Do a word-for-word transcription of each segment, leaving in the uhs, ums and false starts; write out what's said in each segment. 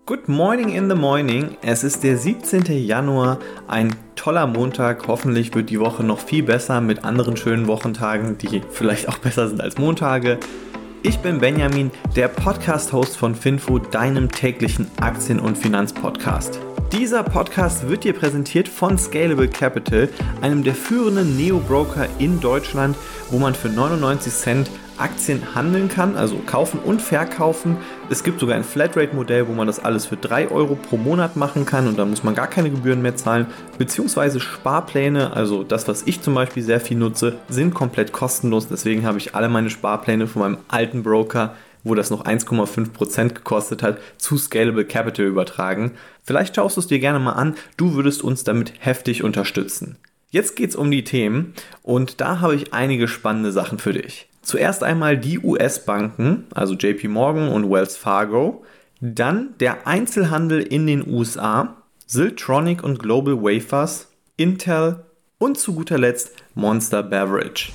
Good morning in the morning. Es ist der siebzehnten Januar, ein toller Montag. Hoffentlich wird die Woche noch viel besser mit anderen schönen Wochentagen, die vielleicht auch besser sind als Montage. Ich bin Benjamin, der Podcast-Host von Finfo, deinem täglichen Aktien- und Finanzpodcast. Dieser Podcast wird dir präsentiert von Scalable Capital, einem der führenden Neo-Broker in Deutschland, wo man für neunundneunzig Cent Aktien handeln kann, also kaufen und verkaufen. Es gibt sogar ein Flatrate-Modell, wo man das alles für drei Euro pro Monat machen kann und dann muss man gar keine Gebühren mehr zahlen, beziehungsweise Sparpläne, also das, was ich zum Beispiel sehr viel nutze, sind komplett kostenlos. Deswegen habe ich alle meine Sparpläne von meinem alten Broker, wo das noch eins Komma fünf Prozent gekostet hat, zu Scalable Capital übertragen. Vielleicht schaust du es dir gerne mal an, du würdest uns damit heftig unterstützen. Jetzt geht es um die Themen und da habe ich einige spannende Sachen für dich. Zuerst einmal die U S-Banken, also J P Morgan und Wells Fargo, dann der Einzelhandel in den U S A, Siltronic und Global Wafers, Intel und zu guter Letzt Monster Beverage.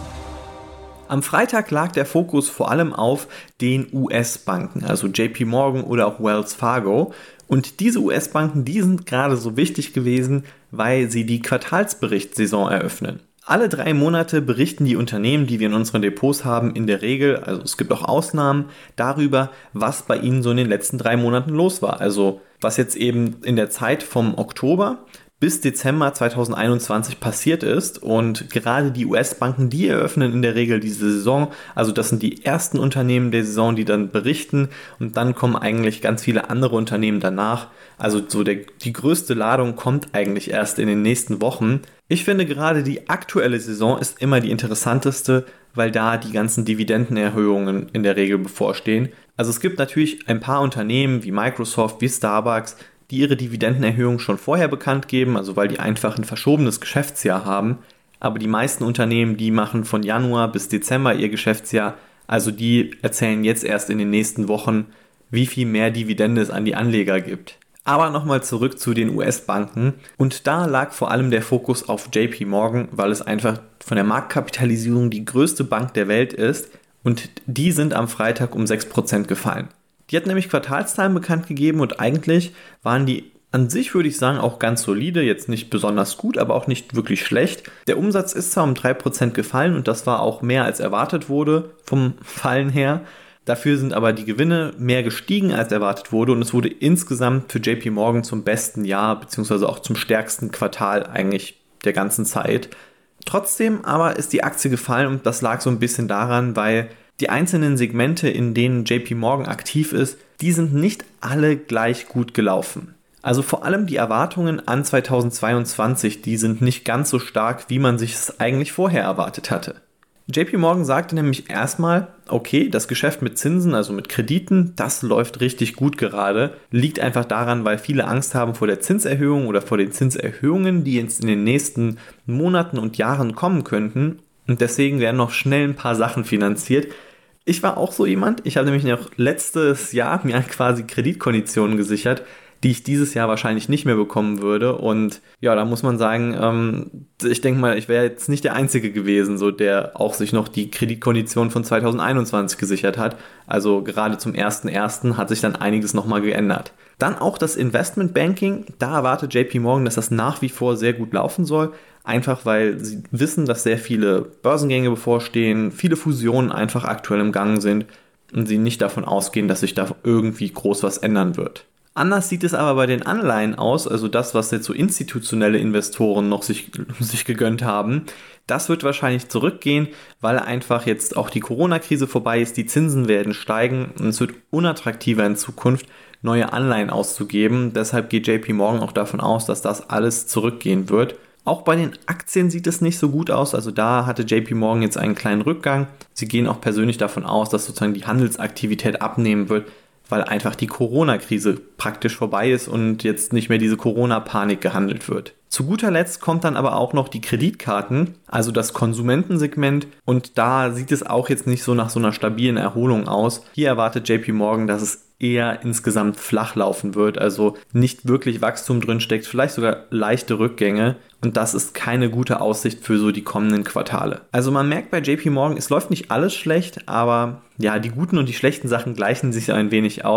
Am Freitag lag der Fokus vor allem auf den U S-Banken, also J P Morgan oder auch Wells Fargo. Und diese U S-Banken, die sind gerade so wichtig gewesen, weil sie die Quartalsberichtssaison eröffnen. Alle drei Monate berichten die Unternehmen, die wir in unseren Depots haben, in der Regel, also es gibt auch Ausnahmen, darüber, was bei ihnen so in den letzten drei Monaten los war. Also was jetzt eben in der Zeit vom Oktober bis Dezember zweitausendeinundzwanzig passiert ist, und gerade die U S-Banken, die eröffnen in der Regel diese Saison, also das sind die ersten Unternehmen der Saison, die dann berichten, und dann kommen eigentlich ganz viele andere Unternehmen danach. Also so der, die größte Ladung kommt eigentlich erst in den nächsten Wochen. Ich finde gerade die aktuelle Saison ist immer die interessanteste, weil da die ganzen Dividendenerhöhungen in der Regel bevorstehen. Also es gibt natürlich ein paar Unternehmen wie Microsoft, wie Starbucks, die ihre Dividendenerhöhung schon vorher bekannt geben, also weil die einfach ein verschobenes Geschäftsjahr haben. Aber die meisten Unternehmen, die machen von Januar bis Dezember ihr Geschäftsjahr, also die erzählen jetzt erst in den nächsten Wochen, wie viel mehr Dividende es an die Anleger gibt. Aber nochmal zurück zu den U S-Banken, und da lag vor allem der Fokus auf J P Morgan, weil es einfach von der Marktkapitalisierung die größte Bank der Welt ist, und die sind am Freitag um sechs Prozent gefallen. Die hat nämlich Quartalszahlen bekannt gegeben und eigentlich waren die an sich, würde ich sagen, auch ganz solide, jetzt nicht besonders gut, aber auch nicht wirklich schlecht. Der Umsatz ist zwar um drei Prozent gefallen und das war auch mehr als erwartet wurde vom Fallen her. Dafür sind aber die Gewinne mehr gestiegen als erwartet wurde und es wurde insgesamt für J P Morgan zum besten Jahr bzw. auch zum stärksten Quartal eigentlich der ganzen Zeit. Trotzdem aber ist die Aktie gefallen und das lag so ein bisschen daran, weil die einzelnen Segmente, in denen J P Morgan aktiv ist, die sind nicht alle gleich gut gelaufen. Also vor allem die Erwartungen an zweitausendzweiundzwanzig, die sind nicht ganz so stark, wie man sich es eigentlich vorher erwartet hatte. J P Morgan sagte nämlich erstmal, okay, das Geschäft mit Zinsen, also mit Krediten, das läuft richtig gut gerade. Liegt einfach daran, weil viele Angst haben vor der Zinserhöhung oder vor den Zinserhöhungen, die jetzt in den nächsten Monaten und Jahren kommen könnten. Und deswegen werden noch schnell ein paar Sachen finanziert. Ich war auch so jemand, ich habe nämlich noch letztes Jahr mir quasi Kreditkonditionen gesichert, die ich dieses Jahr wahrscheinlich nicht mehr bekommen würde. Und ja, da muss man sagen, ähm, ich denke mal, ich wäre jetzt nicht der Einzige gewesen, so der auch sich noch die Kreditkonditionen von zweitausendeinundzwanzig gesichert hat. Also gerade zum ersten ersten hat sich dann einiges nochmal geändert. Dann auch das Investmentbanking, da erwartet J P Morgan, dass das nach wie vor sehr gut laufen soll. Einfach weil sie wissen, dass sehr viele Börsengänge bevorstehen, viele Fusionen einfach aktuell im Gang sind und sie nicht davon ausgehen, dass sich da irgendwie groß was ändern wird. Anders sieht es aber bei den Anleihen aus, also das, was jetzt so institutionelle Investoren noch sich, sich gegönnt haben. Das wird wahrscheinlich zurückgehen, weil einfach jetzt auch die Corona-Krise vorbei ist, die Zinsen werden steigen und es wird unattraktiver in Zukunft, neue Anleihen auszugeben. Deshalb geht J P Morgan auch davon aus, dass das alles zurückgehen wird. Auch bei den Aktien sieht es nicht so gut aus, also da hatte J P Morgan jetzt einen kleinen Rückgang. Sie gehen auch persönlich davon aus, dass sozusagen die Handelsaktivität abnehmen wird, weil einfach die Corona-Krise praktisch vorbei ist und jetzt nicht mehr diese Corona-Panik gehandelt wird. Zu guter Letzt kommt dann aber auch noch die Kreditkarten, also das Konsumentensegment, und da sieht es auch jetzt nicht so nach so einer stabilen Erholung aus. Hier erwartet J P Morgan, dass es eher insgesamt flach laufen wird, also nicht wirklich Wachstum drin steckt, vielleicht sogar leichte Rückgänge, und das ist keine gute Aussicht für so die kommenden Quartale. Also man merkt bei J P Morgan, es läuft nicht alles schlecht, aber ja, die guten und die schlechten Sachen gleichen sich ein wenig aus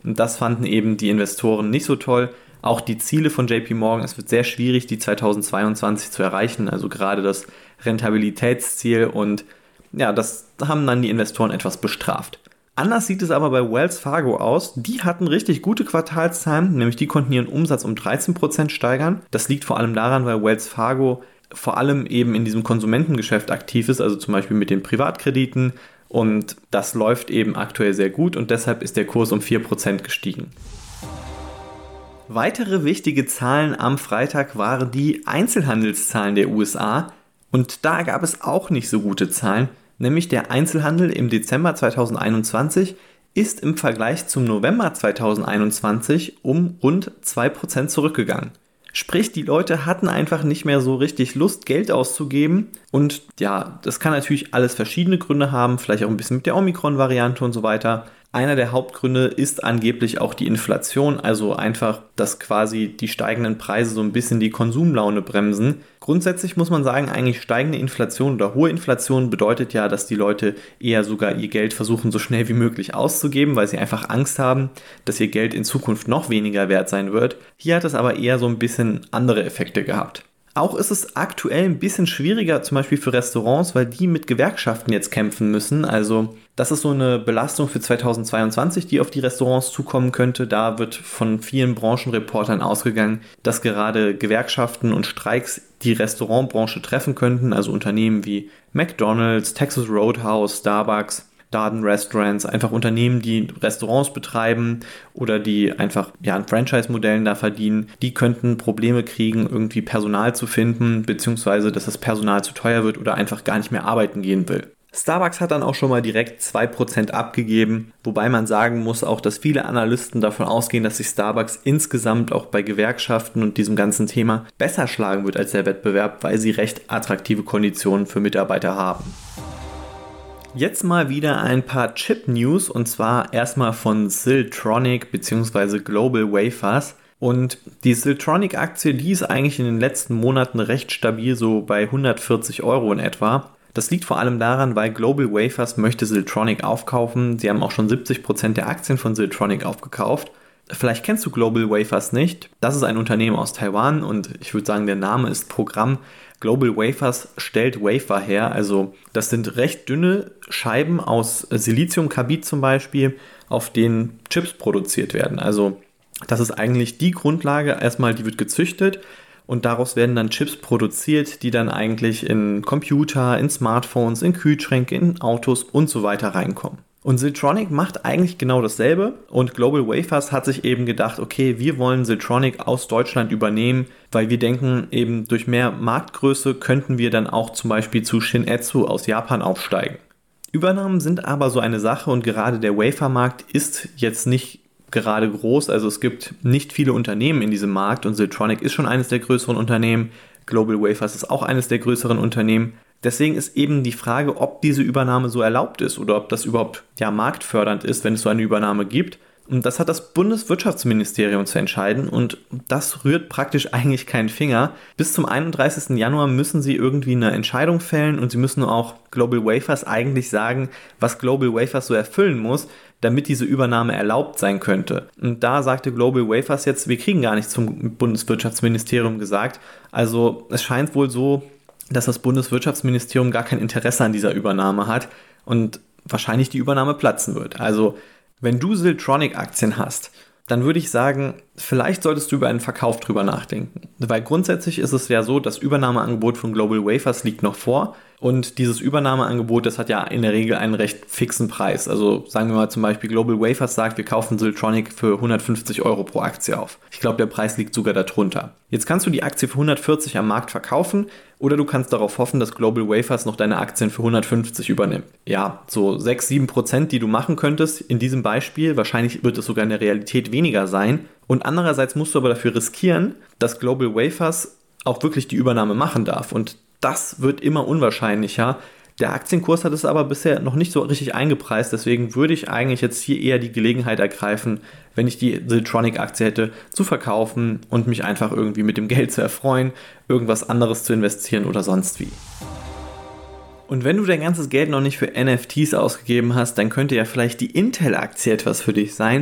Und das fanden eben die Investoren nicht so toll. Auch die Ziele von J P Morgan, es wird sehr schwierig, die zweitausendzweiundzwanzig zu erreichen, also gerade das Rentabilitätsziel, und ja, das haben dann die Investoren etwas bestraft. Anders sieht es aber bei Wells Fargo aus. Die hatten richtig gute Quartalszahlen, nämlich die konnten ihren Umsatz um dreizehn Prozent steigern. Das liegt vor allem daran, weil Wells Fargo vor allem eben in diesem Konsumentengeschäft aktiv ist, also zum Beispiel mit den Privatkrediten, und das läuft eben aktuell sehr gut und deshalb ist der Kurs um vier Prozent gestiegen. Weitere wichtige Zahlen am Freitag waren die Einzelhandelszahlen der U S A und da gab es auch nicht so gute Zahlen, nämlich der Einzelhandel im Dezember zweitausendeinundzwanzig ist im Vergleich zum November zweitausendeinundzwanzig um rund zwei Prozent zurückgegangen. Sprich, die Leute hatten einfach nicht mehr so richtig Lust, Geld auszugeben und ja, das kann natürlich alles verschiedene Gründe haben, vielleicht auch ein bisschen mit der Omikron-Variante und so weiter. Einer der Hauptgründe ist angeblich auch die Inflation, also einfach, dass quasi die steigenden Preise so ein bisschen die Konsumlaune bremsen. Grundsätzlich muss man sagen, eigentlich steigende Inflation oder hohe Inflation bedeutet ja, dass die Leute eher sogar ihr Geld versuchen, so schnell wie möglich auszugeben, weil sie einfach Angst haben, dass ihr Geld in Zukunft noch weniger wert sein wird. Hier hat es aber eher so ein bisschen andere Effekte gehabt. Auch ist es aktuell ein bisschen schwieriger, zum Beispiel für Restaurants, weil die mit Gewerkschaften jetzt kämpfen müssen. Also das ist so eine Belastung für zweitausendzweiundzwanzig, die auf die Restaurants zukommen könnte. Da wird von vielen Branchenreportern ausgegangen, dass gerade Gewerkschaften und Streiks die Restaurantbranche treffen könnten. Also Unternehmen wie McDonald's, Texas Roadhouse, Starbucks, Darden Restaurants, einfach Unternehmen, die Restaurants betreiben oder die einfach ja an Franchise-Modellen da verdienen, die könnten Probleme kriegen, irgendwie Personal zu finden, beziehungsweise dass das Personal zu teuer wird oder einfach gar nicht mehr arbeiten gehen will. Starbucks hat dann auch schon mal direkt zwei Prozent abgegeben, wobei man sagen muss auch, dass viele Analysten davon ausgehen, dass sich Starbucks insgesamt auch bei Gewerkschaften und diesem ganzen Thema besser schlagen wird als der Wettbewerb, weil sie recht attraktive Konditionen für Mitarbeiter haben. Jetzt mal wieder ein paar Chip-News und zwar erstmal von Siltronic bzw. Global Wafers. Und die Siltronic-Aktie, die ist eigentlich in den letzten Monaten recht stabil, so bei hundertvierzig Euro in etwa. Das liegt vor allem daran, weil Global Wafers möchte Siltronic aufkaufen. Sie haben auch schon siebzig Prozent der Aktien von Siltronic aufgekauft. Vielleicht kennst du Global Wafers nicht. Das ist ein Unternehmen aus Taiwan und ich würde sagen, der Name ist Programm. Global Wafers stellt Wafer her, also das sind recht dünne Scheiben aus Siliziumkarbid zum Beispiel, auf denen Chips produziert werden. Also das ist eigentlich die Grundlage, erstmal die wird gezüchtet und daraus werden dann Chips produziert, die dann eigentlich in Computer, in Smartphones, in Kühlschränke, in Autos und so weiter reinkommen. Und Siltronic macht eigentlich genau dasselbe und Global Wafers hat sich eben gedacht, okay, wir wollen Siltronic aus Deutschland übernehmen, weil wir denken, eben durch mehr Marktgröße könnten wir dann auch zum Beispiel zu Shin-Etsu aus Japan aufsteigen. Übernahmen sind aber so eine Sache und gerade der Wafermarkt ist jetzt nicht gerade groß, also es gibt nicht viele Unternehmen in diesem Markt und Siltronic ist schon eines der größeren Unternehmen, Global Wafers ist auch eines der größeren Unternehmen. Deswegen ist eben die Frage, ob diese Übernahme so erlaubt ist oder ob das überhaupt ja marktfördernd ist, wenn es so eine Übernahme gibt. Und das hat das Bundeswirtschaftsministerium zu entscheiden und das rührt praktisch eigentlich keinen Finger. Bis zum einunddreißigsten Januar müssen sie irgendwie eine Entscheidung fällen und sie müssen auch Global Wafers eigentlich sagen, was Global Wafers so erfüllen muss, damit diese Übernahme erlaubt sein könnte. Und da sagte Global Wafers jetzt, wir kriegen gar nichts zum Bundeswirtschaftsministerium gesagt. Also es scheint wohl so, dass das Bundeswirtschaftsministerium gar kein Interesse an dieser Übernahme hat und wahrscheinlich die Übernahme platzen wird. Also wenn du Siltronic-Aktien hast, dann würde ich sagen, vielleicht solltest du über einen Verkauf drüber nachdenken. Weil grundsätzlich ist es ja so, das Übernahmeangebot von Global Wafers liegt noch vor und dieses Übernahmeangebot, das hat ja in der Regel einen recht fixen Preis. Also sagen wir mal zum Beispiel, Global Wafers sagt, wir kaufen Siltronic für hundertfünfzig Euro pro Aktie auf. Ich glaube, der Preis liegt sogar darunter. Jetzt kannst du die Aktie für hundertvierzig am Markt verkaufen oder du kannst darauf hoffen, dass Global Wafers noch deine Aktien für hundertfünfzig übernimmt. Ja, so sechs bis sieben Prozent, die du machen könntest in diesem Beispiel, wahrscheinlich wird es sogar in der Realität weniger sein. Und andererseits musst du aber dafür riskieren, dass Global Wafers auch wirklich die Übernahme machen darf. Und das wird immer unwahrscheinlicher. Der Aktienkurs hat es aber bisher noch nicht so richtig eingepreist. Deswegen würde ich eigentlich jetzt hier eher die Gelegenheit ergreifen, wenn ich die Siltronic-Aktie hätte, zu verkaufen und mich einfach irgendwie mit dem Geld zu erfreuen, irgendwas anderes zu investieren oder sonst wie. Und wenn du dein ganzes Geld noch nicht für N F Ts ausgegeben hast, dann könnte ja vielleicht die Intel-Aktie etwas für dich sein.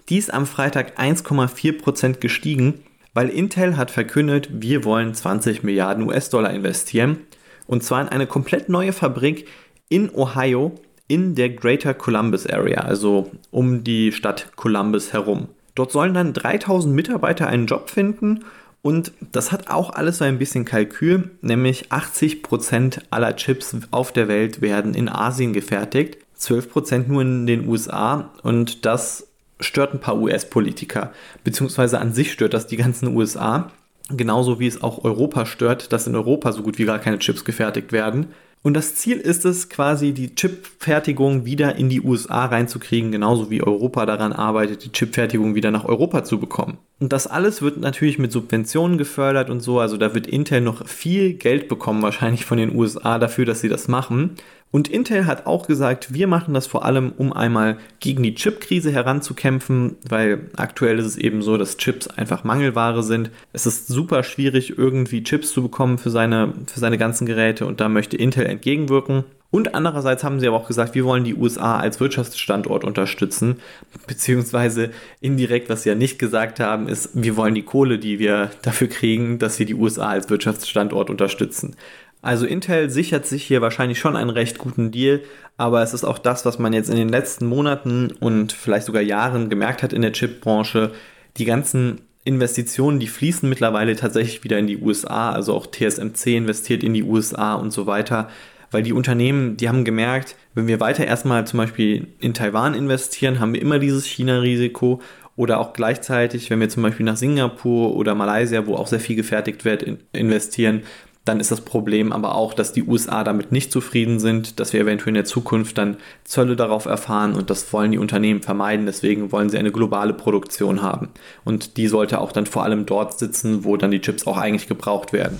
Die ist am Freitag eins Komma vier Prozent gestiegen, weil Intel hat verkündet, wir wollen zwanzig Milliarden U S-Dollar investieren. Und zwar in eine komplett neue Fabrik in Ohio, in der Greater Columbus Area, also um die Stadt Columbus herum. Dort sollen dann dreitausend Mitarbeiter einen Job finden und das hat auch alles so ein bisschen Kalkül, nämlich achtzig Prozent aller Chips auf der Welt werden in Asien gefertigt, zwölf Prozent nur in den U S A und das stört ein paar U S-Politiker, beziehungsweise an sich stört das die ganzen U S A, genauso wie es auch Europa stört, dass in Europa so gut wie gar keine Chips gefertigt werden. Und das Ziel ist es quasi, die Chipfertigung wieder in die U S A reinzukriegen, genauso wie Europa daran arbeitet, die Chipfertigung wieder nach Europa zu bekommen. Und das alles wird natürlich mit Subventionen gefördert und so, also da wird Intel noch viel Geld bekommen, wahrscheinlich von den U S A dafür, dass sie das machen. Und Intel hat auch gesagt, wir machen das vor allem, um einmal gegen die Chipkrise heranzukämpfen, weil aktuell ist es eben so, dass Chips einfach Mangelware sind. Es ist super schwierig, irgendwie Chips zu bekommen für seine, für seine ganzen Geräte und da möchte Intel entgegenwirken. Und andererseits haben sie aber auch gesagt, wir wollen die U S A als Wirtschaftsstandort unterstützen, beziehungsweise indirekt, was sie ja nicht gesagt haben, ist, wir wollen die Kohle, die wir dafür kriegen, dass wir die U S A als Wirtschaftsstandort unterstützen. Also Intel sichert sich hier wahrscheinlich schon einen recht guten Deal, aber es ist auch das, was man jetzt in den letzten Monaten und vielleicht sogar Jahren gemerkt hat in der Chipbranche. Die ganzen Investitionen, die fließen mittlerweile tatsächlich wieder in die U S A, also auch T S M C investiert in die U S A und so weiter, weil die Unternehmen, die haben gemerkt, wenn wir weiter erstmal zum Beispiel in Taiwan investieren, haben wir immer dieses China-Risiko oder auch gleichzeitig, wenn wir zum Beispiel nach Singapur oder Malaysia, wo auch sehr viel gefertigt wird, investieren, dann ist das Problem aber auch, dass die U S A damit nicht zufrieden sind, dass wir eventuell in der Zukunft dann Zölle darauf erfahren und das wollen die Unternehmen vermeiden, deswegen wollen sie eine globale Produktion haben und die sollte auch dann vor allem dort sitzen, wo dann die Chips auch eigentlich gebraucht werden.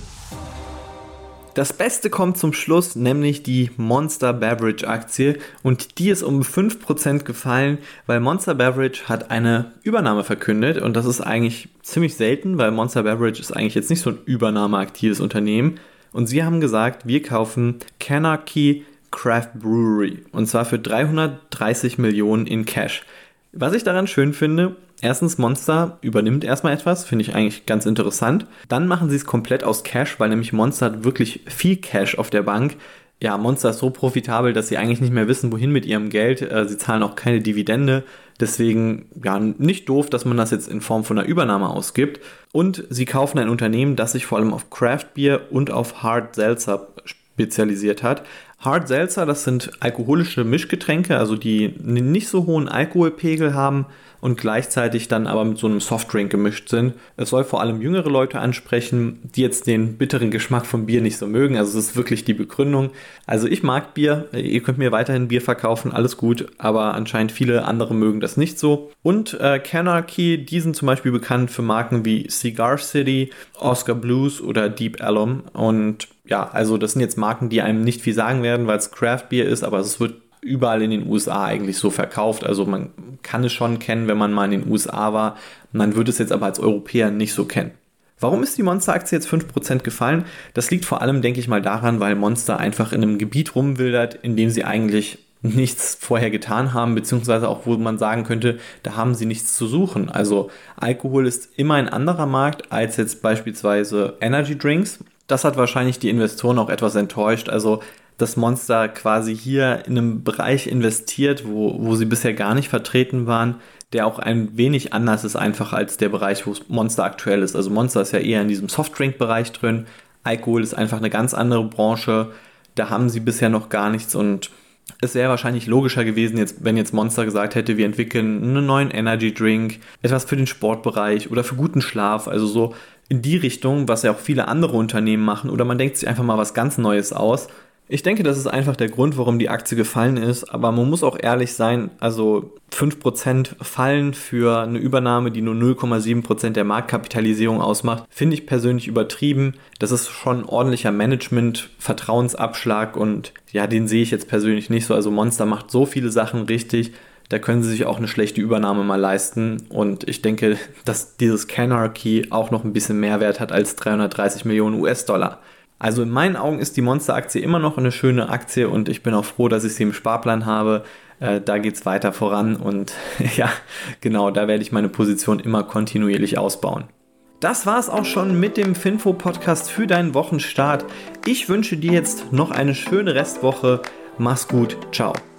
Das Beste kommt zum Schluss, nämlich die Monster Beverage Aktie und die ist um fünf Prozent gefallen, weil Monster Beverage hat eine Übernahme verkündet und das ist eigentlich ziemlich selten, weil Monster Beverage ist eigentlich jetzt nicht so ein übernahmeaktives Unternehmen und sie haben gesagt, wir kaufen Canarchy Craft Brewery und zwar für dreihundertdreißig Millionen in Cash. Was ich daran schön finde, erstens, Monster übernimmt erstmal etwas, finde ich eigentlich ganz interessant. Dann machen sie es komplett aus Cash, weil nämlich Monster hat wirklich viel Cash auf der Bank. Ja, Monster ist so profitabel, dass sie eigentlich nicht mehr wissen, wohin mit ihrem Geld. Sie zahlen auch keine Dividende. Deswegen, ja, nicht doof, dass man das jetzt in Form von einer Übernahme ausgibt. Und sie kaufen ein Unternehmen, das sich vor allem auf Craft Beer und auf Hard Seltzer spezialisiert hat. Hard Seltzer, das sind alkoholische Mischgetränke, also die nicht so hohen Alkoholpegel haben und gleichzeitig dann aber mit so einem Softdrink gemischt sind. Es soll vor allem jüngere Leute ansprechen, die jetzt den bitteren Geschmack von Bier nicht so mögen. Also es ist wirklich die Begründung. Also ich mag Bier, ihr könnt mir weiterhin Bier verkaufen, alles gut, aber anscheinend viele andere mögen das nicht so. Und äh, Canarchy, die sind zum Beispiel bekannt für Marken wie Cigar City, Oscar Blues oder Deep Ellum und ja, also das sind jetzt Marken, die einem nicht viel sagen werden, weil es Craft Beer ist, aber es wird überall in den U S A eigentlich so verkauft. Also man kann es schon kennen, wenn man mal in den U S A war. Man würde es jetzt aber als Europäer nicht so kennen. Warum ist die Monster-Aktie jetzt fünf Prozent gefallen? Das liegt vor allem, denke ich mal, daran, weil Monster einfach in einem Gebiet rumwildert, in dem sie eigentlich nichts vorher getan haben, beziehungsweise auch, wo man sagen könnte, da haben sie nichts zu suchen. Also Alkohol ist immer ein anderer Markt als jetzt beispielsweise Energy Drinks. Das hat wahrscheinlich die Investoren auch etwas enttäuscht. Also dass Monster quasi hier in einem Bereich investiert, wo, wo sie bisher gar nicht vertreten waren, der auch ein wenig anders ist einfach als der Bereich, wo Monster aktuell ist. Also Monster ist ja eher in diesem Softdrink-Bereich drin. Alkohol ist einfach eine ganz andere Branche. Da haben sie bisher noch gar nichts und es wäre wahrscheinlich logischer gewesen, jetzt, wenn jetzt Monster gesagt hätte, wir entwickeln einen neuen Energy Drink, etwas für den Sportbereich oder für guten Schlaf, also so in die Richtung, was ja auch viele andere Unternehmen machen, oder man denkt sich einfach mal was ganz Neues aus. Ich denke, das ist einfach der Grund, warum die Aktie gefallen ist, aber man muss auch ehrlich sein, also fünf Prozent fallen für eine Übernahme, die nur null Komma sieben Prozent der Marktkapitalisierung ausmacht, finde ich persönlich übertrieben. Das ist schon ein ordentlicher Management-Vertrauensabschlag und ja, den sehe ich jetzt persönlich nicht so. Also Monster macht so viele Sachen richtig, da können sie sich auch eine schlechte Übernahme mal leisten und ich denke, dass dieses Canarchy auch noch ein bisschen mehr Wert hat als dreihundertdreißig Millionen U S-Dollar. Also in meinen Augen ist die Monster-Aktie immer noch eine schöne Aktie und ich bin auch froh, dass ich sie im Sparplan habe. Äh, da geht es weiter voran und ja, genau, da werde ich meine Position immer kontinuierlich ausbauen. Das war es auch schon mit dem Finfo-Podcast für deinen Wochenstart. Ich wünsche dir jetzt noch eine schöne Restwoche. Mach's gut. Ciao.